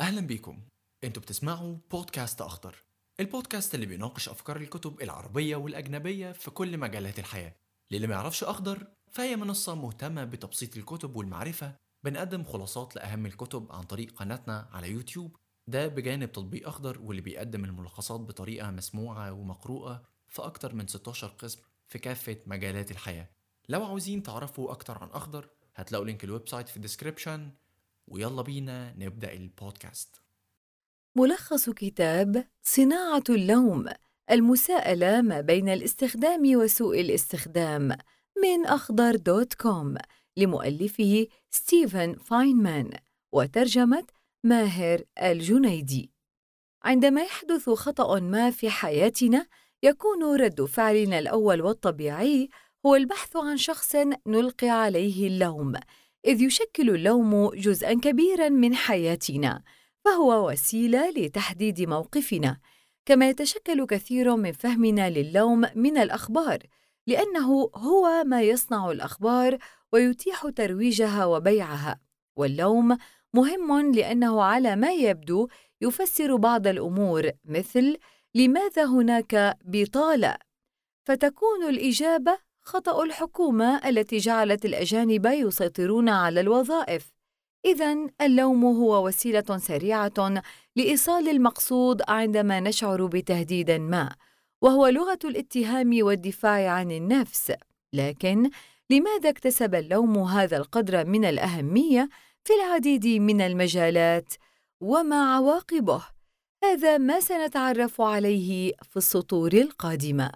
أهلا بيكم. انتوا بتسمعوا بودكاست أخضر، البودكاست اللي بيناقش أفكار الكتب العربية والأجنبية في كل مجالات الحياة. للي ما يعرفش أخضر، فهي منصة مهتمة بتبسيط الكتب والمعرفة. بنقدم خلاصات لأهم الكتب عن طريق قناتنا على يوتيوب، ده بجانب تطبيق أخضر واللي بيقدم الملخصات بطريقة مسموعة ومقروءة في أكتر من 16 قسم في كافة مجالات الحياة. لو عاوزين تعرفوا أكتر عن أخضر، هتلاقوا لينك الويب سايت في الديسكريبشن. ويلا بينا نبدأ البودكاست. ملخص كتاب صناعة اللوم: المساءلة ما بين الاستخدام وسوء الاستخدام، من أخضر دوت كوم، لمؤلفه ستيفن فاينمان، وترجمة ماهر الجنيدي. عندما يحدث خطأ ما في حياتنا، يكون رد فعلنا الأول والطبيعي هو البحث عن شخص نلقي عليه اللوم، إذ يشكل اللوم جزءاً كبيراً من حياتنا، فهو وسيلة لتحديد موقفنا. كما يتشكل كثير من فهمنا للوم من الأخبار، لأنه هو ما يصنع الأخبار ويتيح ترويجها وبيعها. واللوم مهم لأنه على ما يبدو يفسر بعض الأمور، مثل لماذا هناك بطالة؟ فتكون الإجابة خطأ الحكومة التي جعلت الأجانب يسيطرون على الوظائف. إذن اللوم هو وسيلة سريعة لإيصال المقصود عندما نشعر بتهديد ما، وهو لغة الاتهام والدفاع عن النفس. لكن لماذا اكتسب اللوم هذا القدر من الأهمية في العديد من المجالات؟ وما عواقبه؟ هذا ما سنتعرف عليه في السطور القادمة.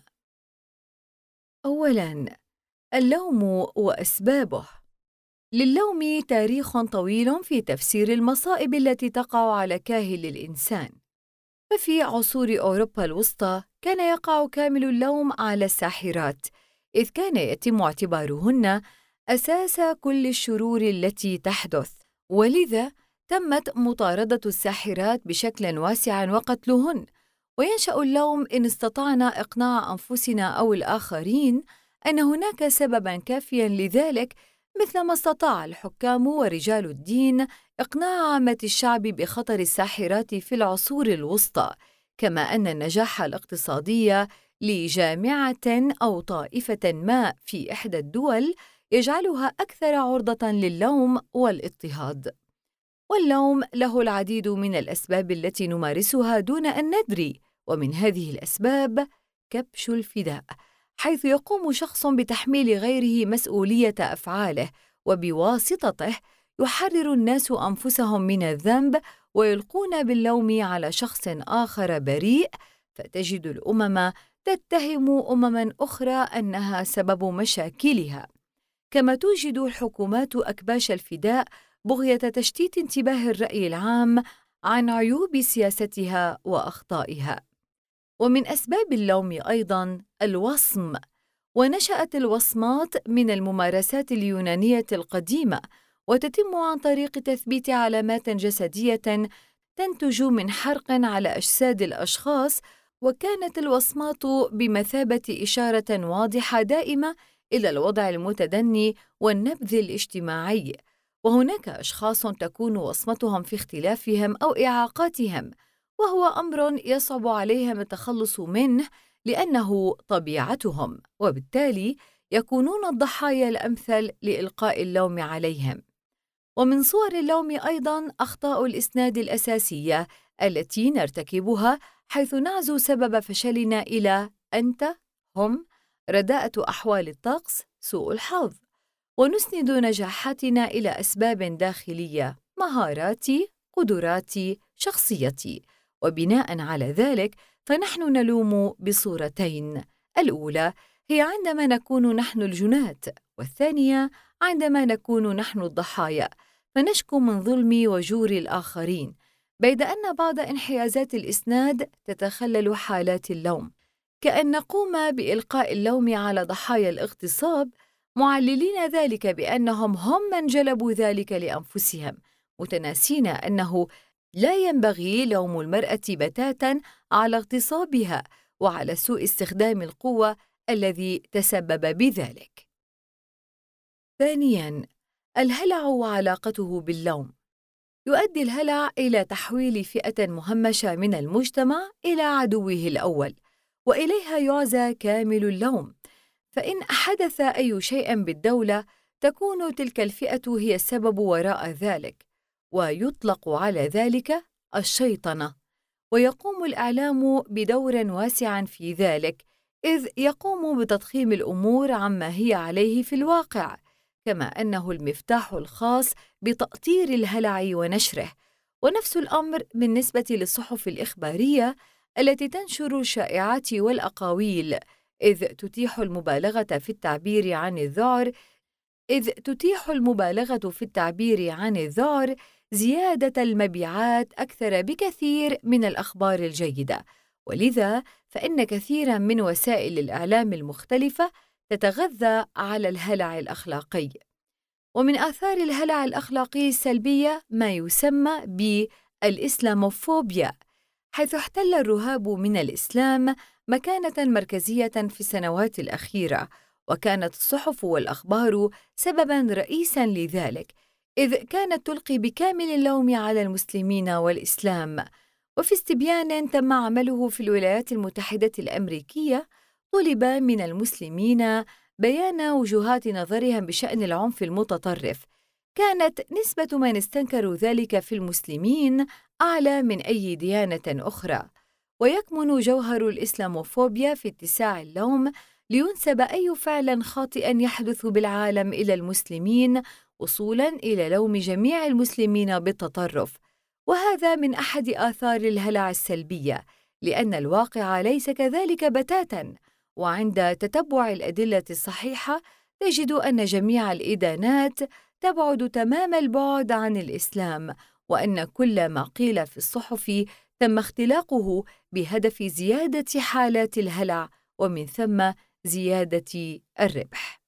أولاً، اللوم وأسبابه. للوم تاريخ طويل في تفسير المصائب التي تقع على كاهل الإنسان. ففي عصور أوروبا الوسطى كان يقع كامل اللوم على الساحرات، إذ كان يتم اعتبارهن أساس كل الشرور التي تحدث، ولذا تمت مطاردة الساحرات بشكل واسع وقتلهن. وينشأ اللوم إن استطعنا إقناع أنفسنا أو الآخرين أن هناك سبباً كافياً لذلك، مثل ما استطاع الحكام ورجال الدين إقناع عامة الشعب بخطر الساحرات في العصور الوسطى. كما أن النجاح الاقتصادي لجامعة أو طائفة ما في إحدى الدول يجعلها أكثر عرضة للوم والاضطهاد. واللوم له العديد من الأسباب التي نمارسها دون أن ندري، ومن هذه الأسباب كبش الفداء، حيث يقوم شخص بتحميل غيره مسؤولية أفعاله، وبواسطته يحرر الناس أنفسهم من الذنب ويلقون باللوم على شخص آخر بريء، فتجد الأمم تتهم أمماً أخرى أنها سبب مشاكلها. كما توجد الحكومات أكباش الفداء بغية تشتيت انتباه الرأي العام عن عيوب سياستها وأخطائها. ومن أسباب اللوم أيضاً الوصم. ونشأت الوصمات من الممارسات اليونانية القديمة، وتتم عن طريق تثبيت علامات جسدية تنتج من حرق على أجساد الأشخاص. وكانت الوصمات بمثابة إشارة واضحة دائمة إلى الوضع المتدني والنبذ الاجتماعي. وهناك أشخاص تكون وصمتهم في اختلافهم أو إعاقاتهم، وهو أمر يصعب عليهم التخلص منه لأنه طبيعتهم، وبالتالي يكونون الضحايا الأمثل لإلقاء اللوم عليهم. ومن صور اللوم أيضاً أخطاء الإسناد الأساسية التي نرتكبها، حيث نعزو سبب فشلنا إلى أنت، هم، رداءة أحوال الطقس، سوء الحظ، ونسند نجاحاتنا إلى أسباب داخلية: مهاراتي، قدراتي، شخصيتي. وبناء على ذلك فنحن نلوم بصورتين: الأولى هي عندما نكون نحن الجناة، والثانية عندما نكون نحن الضحايا، فنشكو من ظلم وجور الآخرين. بيد أن بعض انحيازات الإسناد تتخلل حالات اللوم، كأن نقوم بإلقاء اللوم على ضحايا الاغتصاب، معللين ذلك بأنهم هم من جلبوا ذلك لأنفسهم، متناسين أنه لا ينبغي لوم المرأة بتاتاً على اغتصابها وعلى سوء استخدام القوة الذي تسبب بذلك. ثانياً، الهلع وعلاقته باللوم. يؤدي الهلع إلى تحويل فئة مهمشة من المجتمع إلى عدوه الأول، وإليها يعزى كامل اللوم. فإن حدث أي شيء بالدولة تكون تلك الفئة هي السبب وراء ذلك، ويطلق على ذلك الشيطنة. ويقوم الإعلام بدور واسع في ذلك، إذ يقوم بتضخيم الأمور عما هي عليه في الواقع، كما أنه المفتاح الخاص بتأطير الهلع ونشره. ونفس الأمر بالنسبة للصحف الإخبارية التي تنشر الشائعات والأقاويل، إذ تتيح المبالغة في التعبير عن الذعر زيادة المبيعات أكثر بكثير من الأخبار الجيدة. ولذا فإن كثيراً من وسائل الإعلام المختلفة تتغذى على الهلع الأخلاقي. ومن آثار الهلع الأخلاقي السلبية ما يسمى بالإسلاموفوبيا، حيث احتل الرهاب من الإسلام مكانة مركزية في السنوات الأخيرة، وكانت الصحف والأخبار سبباً رئيساً لذلك، إذ كانت تلقي بكامل اللوم على المسلمين والإسلام. وفي استبيان تم عمله في الولايات المتحدة الأمريكية، طلب من المسلمين بيان وجهات نظرهم بشأن العنف المتطرف. كانت نسبة من استنكروا ذلك في المسلمين أعلى من أي ديانة أخرى. ويكمن جوهر الإسلاموفوبيا في اتساع اللوم لينسب أي فعل خاطئ يحدث بالعالم إلى المسلمين، وصولاً إلى لوم جميع المسلمين بالتطرف. وهذا من أحد آثار الهلع السلبية، لأن الواقع ليس كذلك بتاتاً. وعند تتبع الأدلة الصحيحة تجد أن جميع الإدانات تبعد تمام البعد عن الإسلام، وأن كل ما قيل في الصحف تم اختلاقه بهدف زيادة حالات الهلع، ومن ثم زيادة الربح.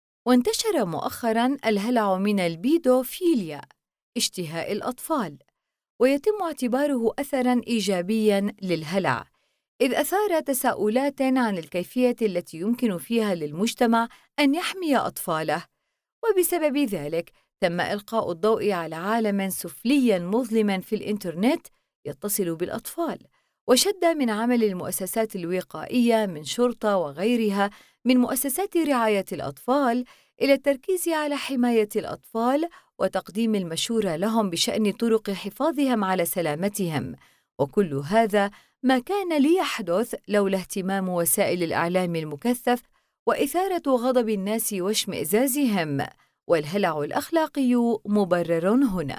وانتشر مؤخراً الهلع من البيدوفيليا، اشتهاء الأطفال، ويتم اعتباره أثراً إيجابياً للهلع، إذ أثار تساؤلات عن الكيفية التي يمكن فيها للمجتمع أن يحمي أطفاله. وبسبب ذلك تم إلقاء الضوء على عالم سفلي مظلم في الإنترنت يتصل بالأطفال، وشد من عمل المؤسسات الوقائية من شرطة وغيرها من مؤسسات رعاية الأطفال إلى التركيز على حماية الأطفال وتقديم المشورة لهم بشأن طرق حفاظهم على سلامتهم. وكل هذا ما كان ليحدث لولا اهتمام وسائل الإعلام المكثف وإثارة غضب الناس واشمئزازهم، والهلع الأخلاقي مبرر هنا.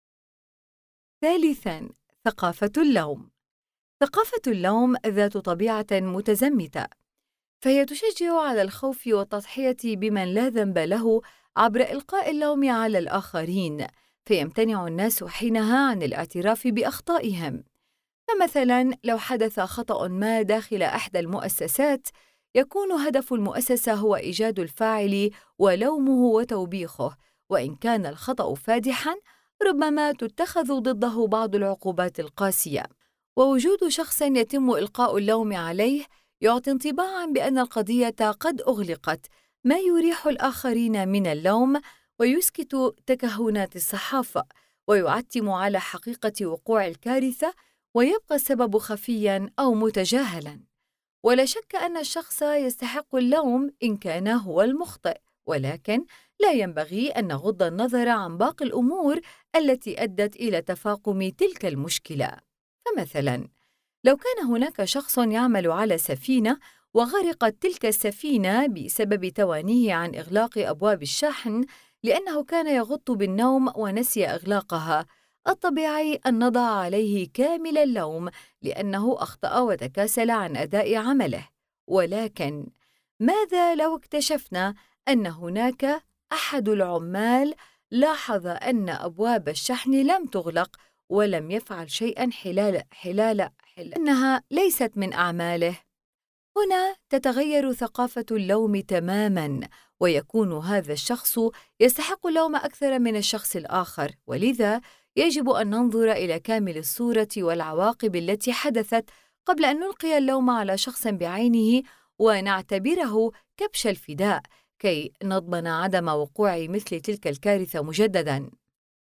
ثالثاً، ثقافة اللوم. ثقافة اللوم ذات طبيعة متزمتة، فهي تشجع على الخوف والتضحية بمن لا ذنب له عبر إلقاء اللوم على الآخرين، فيمتنع الناس حينها عن الاعتراف بأخطائهم. فمثلاً لو حدث خطأ ما داخل إحدى المؤسسات، يكون هدف المؤسسة هو إيجاد الفاعل ولومه وتوبيخه، وإن كان الخطأ فادحاً ربما تتخذ ضده بعض العقوبات القاسية. ووجود شخص يتم إلقاء اللوم عليه يعطي انطباعاً بأن القضية قد أغلقت، ما يريح الآخرين من اللوم ويسكت تكهنات الصحافة، ويعتم على حقيقة وقوع الكارثة، ويبقى السبب خفياً أو متجاهلاً. ولا شك أن الشخص يستحق اللوم إن كان هو المخطئ، ولكن لا ينبغي أن نغض النظر عن باقي الأمور التي أدت إلى تفاقم تلك المشكلة. فمثلاً لو كان هناك شخص يعمل على سفينة وغرقت تلك السفينة بسبب توانيه عن إغلاق أبواب الشحن لأنه كان يغط بالنوم ونسي إغلاقها، الطبيعي أن نضع عليه كامل اللوم لأنه أخطأ وتكاسل عن أداء عمله. ولكن ماذا لو اكتشفنا أن هناك أحد العمال لاحظ أن أبواب الشحن لم تغلق ولم يفعل شيئاً حلال أنها ليست من أعماله؟ هنا تتغير ثقافة اللوم تماماً، ويكون هذا الشخص يستحق اللوم أكثر من الشخص الآخر. ولذا يجب أن ننظر إلى كامل الصورة والعواقب التي حدثت قبل أن نلقي اللوم على شخص بعينه ونعتبره كبش الفداء كي نضمن عدم وقوع مثل تلك الكارثة مجدداً.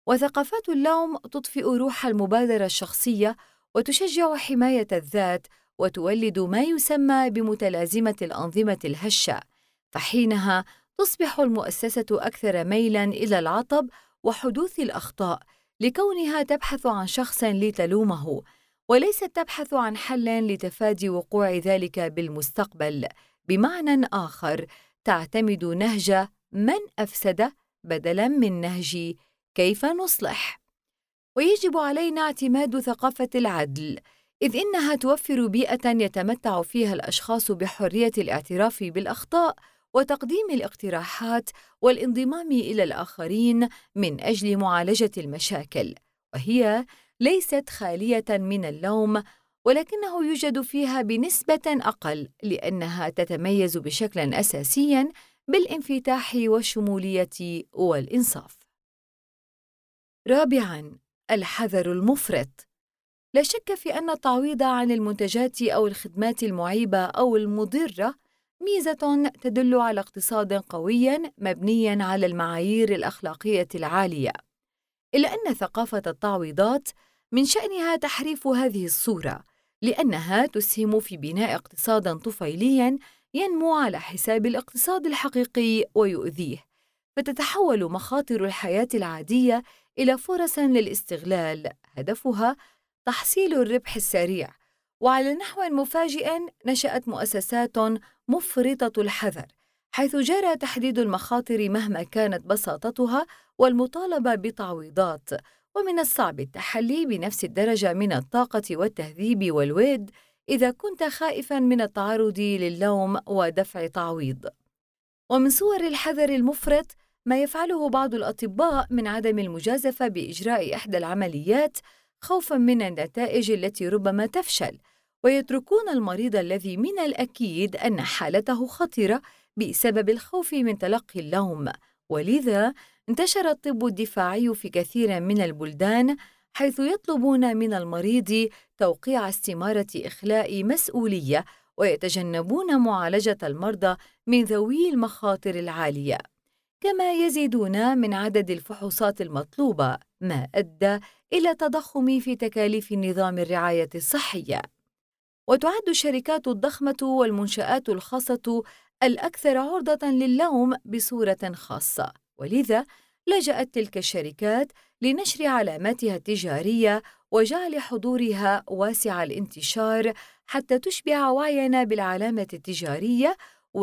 وثقافات اللوم تطفئ روح المبادرة الشخصية وتشجع حماية الذات وتولد ما يسمى بمتلازمة الأنظمة الهشة، فحينها تصبح المؤسسة أكثر ميلاً إلى العطب وحدوث الأخطاء لكونها تبحث عن شخص لتلومه، وليست تبحث عن حل لتفادي وقوع ذلك بالمستقبل. بمعنى آخر، تعتمد نهج من أفسد بدلاً من نهج كيف نصلح. ويجب علينا اعتماد ثقافة العدل، إذ إنها توفر بيئة يتمتع فيها الأشخاص بحرية الاعتراف بالأخطاء وتقديم الاقتراحات والانضمام إلى الآخرين من أجل معالجة المشاكل، وهي ليست خالية من اللوم، ولكنه يوجد فيها بنسبة أقل لأنها تتميز بشكل أساسي بالانفتاح والشمولية والإنصاف. رابعاً، الحذر المفرط. لا شك في أن التعويض عن المنتجات أو الخدمات المعيبة أو المضرة ميزة تدل على اقتصاد قوي مبني على المعايير الأخلاقية العالية، إلا أن ثقافة التعويضات من شأنها تحريف هذه الصورة، لأنها تسهم في بناء اقتصاد طفيلي ينمو على حساب الاقتصاد الحقيقي ويؤذيه، فتتحول مخاطر الحياة العادية إلى فرص للاستغلال هدفها تحصيل الربح السريع. وعلى نحو مفاجئ نشأت مؤسسات مفرطة الحذر، حيث جرى تحديد المخاطر مهما كانت بساطتها والمطالبة بتعويضات، ومن الصعب التحلي بنفس الدرجة من الطاقة والتهذيب والود إذا كنت خائفاً من التعرض للوم ودفع تعويض. ومن صور الحذر المفرط ما يفعله بعض الأطباء من عدم المجازفة بإجراء إحدى العمليات خوفاً من النتائج التي ربما تفشل، ويتركون المريض الذي من الأكيد أن حالته خطرة بسبب الخوف من تلقي اللوم. ولذا انتشر الطب الدفاعي في كثير من البلدان، حيث يطلبون من المريض توقيع استمارة إخلاء مسؤولية، ويتجنبون معالجة المرضى من ذوي المخاطر العالية، كما يزيدون من عدد الفحوصات المطلوبة، ما أدى إلى تضخم في تكاليف نظام الرعاية الصحية. وتعد الشركات الضخمة والمنشآت الخاصة الأكثر عرضة للوم بصورة خاصة، ولذا لجأت تلك الشركات لنشر علاماتها التجارية وجعل حضورها واسع الانتشار حتى تشبع وعينا بالعلامة التجارية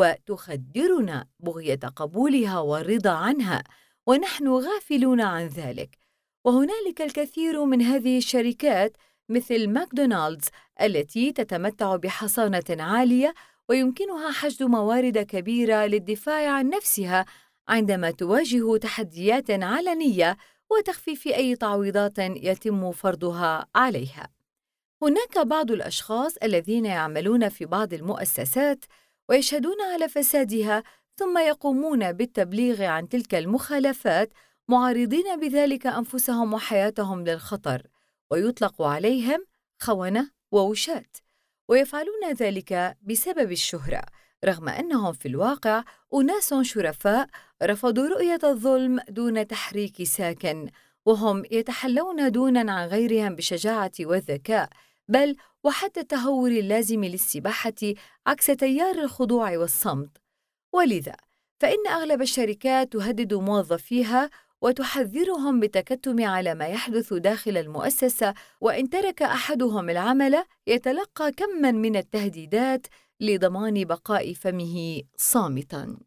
وتخدرنا بغية قبولها والرضا عنها، ونحن غافلون عن ذلك. وهنالك الكثير من هذه الشركات مثل ماكدونالدز التي تتمتع بحصانة عالية ويمكنها حشد موارد كبيرة للدفاع عن نفسها عندما تواجه تحديات علنية وتخفيف أي تعويضات يتم فرضها عليها. هناك بعض الأشخاص الذين يعملون في بعض المؤسسات ويشهدون على فسادها ثم يقومون بالتبليغ عن تلك المخالفات، معرضين بذلك أنفسهم وحياتهم للخطر، ويطلق عليهم خونة ووشاة، ويفعلون ذلك بسبب الشهرة، رغم أنهم في الواقع أناس شرفاء رفضوا رؤية الظلم دون تحريك ساكن، وهم يتحلون دونا عن غيرهم بالشجاعة والذكاء، بل وحتى التهور اللازم للسباحة عكس تيار الخضوع والصمت. ولذا فإن أغلب الشركات تهدد موظفيها وتحذرهم بالتكتم على ما يحدث داخل المؤسسة، وإن ترك أحدهم العمل يتلقى كماً من التهديدات لضمان بقاء فمه صامتاً.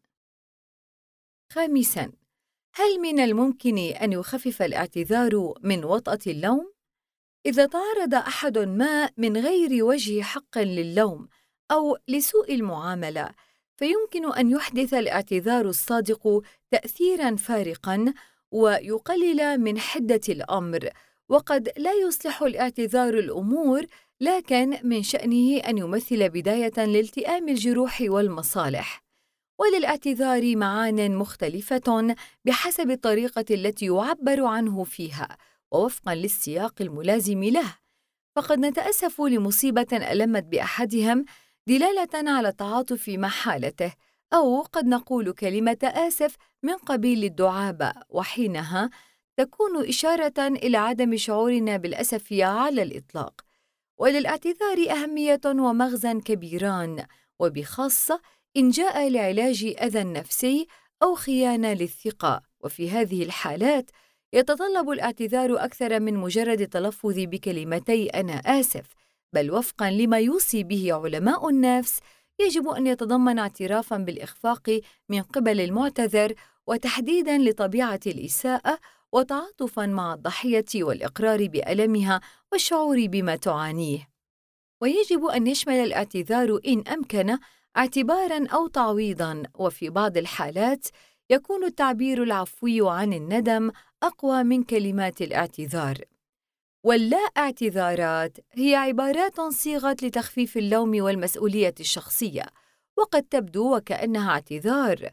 خامساً، هل من الممكن أن يخفف الاعتذار من وطأة اللوم؟ إذا تعرض أحد ما من غير وجه حق للوم أو لسوء المعاملة، فيمكن أن يحدث الاعتذار الصادق تأثيراً فارقاً ويقلل من حدة الأمر. وقد لا يصلح الاعتذار الأمور، لكن من شأنه أن يمثل بداية لالتئام الجروح والمصالح. وللاعتذار معان مختلفة بحسب الطريقة التي يعبر عنه فيها ووفقاً للسياق الملازم له، فقد نتأسف لمصيبة ألمت بأحدهم دلالة على التعاطف مع حالته، أو قد نقول كلمة آسف من قبيل الدعابة، وحينها تكون إشارة إلى عدم شعورنا بالأسف على الإطلاق. وللاعتذار أهمية ومغزى كبيران، وبخاصة إن جاء لعلاج أذى نفسي أو خيانة للثقة. وفي هذه الحالات يتطلب الاعتذار أكثر من مجرد التلفظ بكلمتي أنا آسف، بل وفقاً لما يوصي به علماء النفس يجب أن يتضمن اعترافاً بالإخفاق من قبل المعتذر، وتحديداً لطبيعة الإساءة، وتعاطفاً مع الضحية والإقرار بألمها والشعور بما تعانيه. ويجب أن يشمل الاعتذار إن أمكن اعتباراً أو تعويضاً، وفي بعض الحالات يكون التعبير العفوي عن الندم أقوى من كلمات الاعتذار. واللا اعتذارات هي عبارات صيغت لتخفيف اللوم والمسؤولية الشخصية، وقد تبدو وكأنها اعتذار،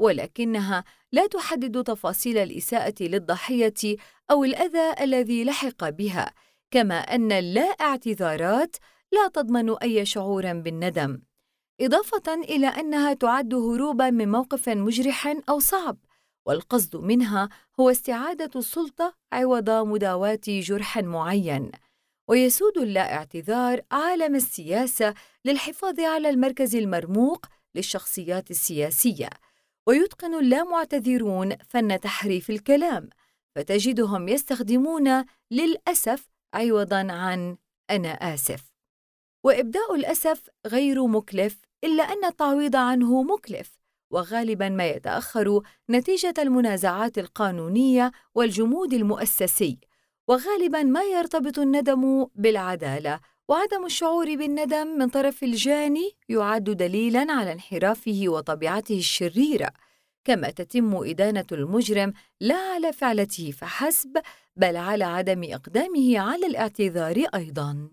ولكنها لا تحدد تفاصيل الإساءة للضحية أو الأذى الذي لحق بها، كما أن اللا اعتذارات لا تضمن أي شعور بالندم، إضافة إلى أنها تعد هروباً من موقف مجرح أو صعب، والقصد منها هو استعادة السلطة عوض مداواة جرح معين. ويسود اللا اعتذار عالم السياسة للحفاظ على المركز المرموق للشخصيات السياسية، ويتقن اللامعتذرون فن تحريف الكلام، فتجدهم يستخدمون للأسف عوضاً عن أنا آسف. وإبداء الأسف غير مكلف، إلا أن التعويض عنه مكلف، وغالباً ما يتأخر نتيجة المنازعات القانونية والجمود المؤسسي، وغالباً ما يرتبط الندم بالعدالة، وعدم الشعور بالندم من طرف الجاني يعد دليلاً على انحرافه وطبيعته الشريرة، كما تتم إدانة المجرم لا على فعلته فحسب، بل على عدم إقدامه على الاعتذار أيضاً.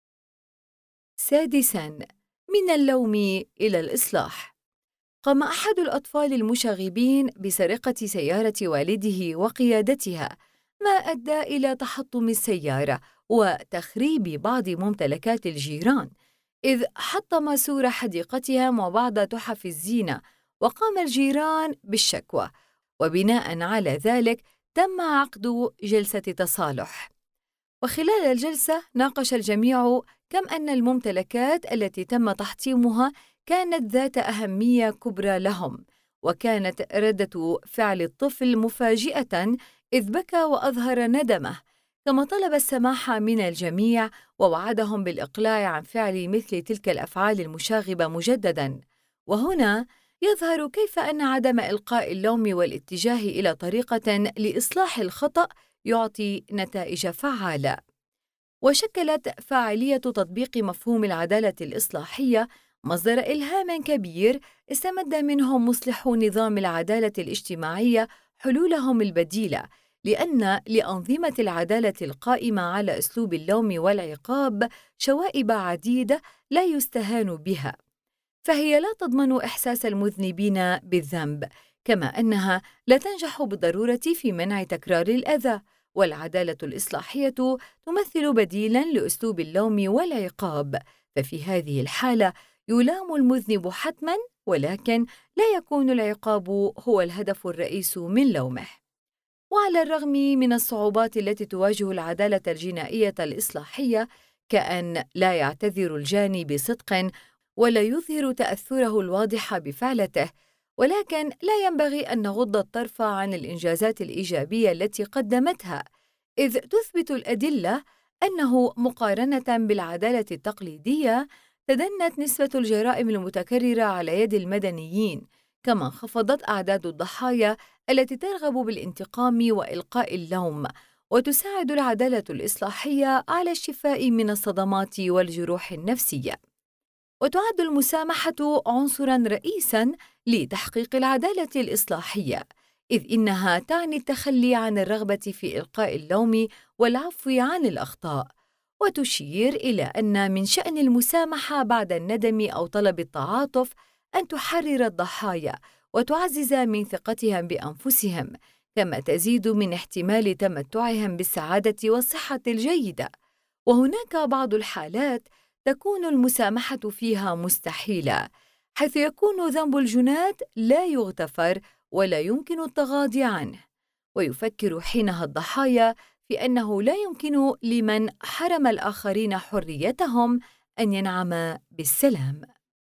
سادساً، من اللوم إلى الإصلاح. قام أحد الأطفال المشاغبين بسرقة سيارة والده وقيادتها، ما أدى إلى تحطم السيارة وتخريب بعض ممتلكات الجيران، إذ حطم سور حديقتهم وبعض تحف الزينة، وقام الجيران بالشكوى، وبناءً على ذلك تم عقد جلسة تصالح. وخلال الجلسة ناقش الجميع كم أن الممتلكات التي تم تحطيمها كانت ذات أهمية كبرى لهم، وكانت ردة فعل الطفل مفاجئة إذ بكى وأظهر ندمه، كما طلب السماح من الجميع ووعدهم بالإقلاع عن فعل مثل تلك الأفعال المشاغبة مجدداً. وهنا يظهر كيف أن عدم إلقاء اللوم والاتجاه إلى طريقة لإصلاح الخطأ يعطي نتائج فعالة. وشكلت فاعلية تطبيق مفهوم العدالة الإصلاحية مصدر إلهام كبير استمد منه مصلحو نظام العدالة الاجتماعية حلولهم البديلة، لأن لأنظمة العدالة القائمة على أسلوب اللوم والعقاب شوائب عديدة لا يستهان بها، فهي لا تضمن إحساس المذنبين بالذنب، كما أنها لا تنجح بالضرورة في منع تكرار الأذى. والعدالة الإصلاحية تمثل بديلاً لأسلوب اللوم والعقاب، ففي هذه الحالة يلام المذنب حتماً، ولكن لا يكون العقاب هو الهدف الرئيس من لومه. وعلى الرغم من الصعوبات التي تواجه العدالة الجنائية الإصلاحية، كأن لا يعتذر الجاني بصدق ولا يظهر تأثره الواضح بفعلته، ولكن لا ينبغي أن نغض الطرف عن الإنجازات الإيجابية التي قدمتها، إذ تثبت الأدلة أنه مقارنة بالعدالة التقليدية تدنت نسبة الجرائم المتكررة على يد المدنيين، كما انخفضت أعداد الضحايا التي ترغب بالانتقام وإلقاء اللوم، وتساعد العدالة الإصلاحية على الشفاء من الصدمات والجروح النفسية. وتعد المسامحة عنصراً رئيساً لتحقيق العدالة الإصلاحية، إذ إنها تعني التخلي عن الرغبة في إلقاء اللوم والعفو عن الأخطاء، وتشير إلى أن من شأن المسامحة بعد الندم أو طلب التعاطف أن تحرر الضحايا وتعزز من ثقتهم بأنفسهم، كما تزيد من احتمال تمتعهم بالسعادة والصحة الجيدة. وهناك بعض الحالات تكون المسامحة فيها مستحيلة، حيث يكون ذنب الجنات لا يغتفر ولا يمكن التغاضي عنه، ويفكر حينها الضحايا في أنه لا يمكن لمن حرم الآخرين حريتهم أن ينعم بالسلام.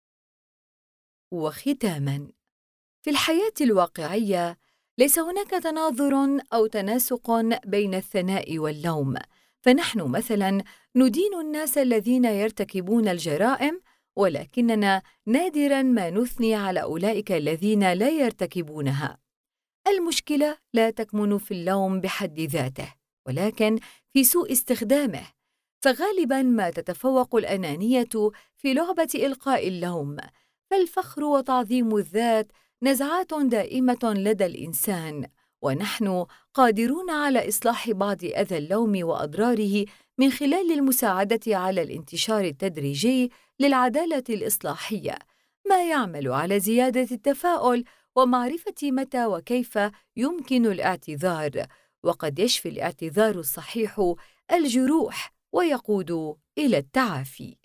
وختاماً، في الحياة الواقعية ليس هناك تناظر أو تناسق بين الثناء واللوم، فنحن مثلاً ندين الناس الذين يرتكبون الجرائم، ولكننا نادراً ما نثني على أولئك الذين لا يرتكبونها. المشكلة لا تكمن في اللوم بحد ذاته، ولكن في سوء استخدامه، فغالباً ما تتفوق الأنانية في لعبة إلقاء اللوم، فالفخر وتعظيم الذات نزعات دائمة لدى الإنسان، ونحن قادرون على إصلاح بعض أذى اللوم وأضراره من خلال المساعدة على الانتشار التدريجي للعدالة الإصلاحية، ما يعمل على زيادة التفاؤل ومعرفة متى وكيف يمكن الاعتذار، وقد يشفي الاعتذار الصحيح الجروح ويقود إلى التعافي.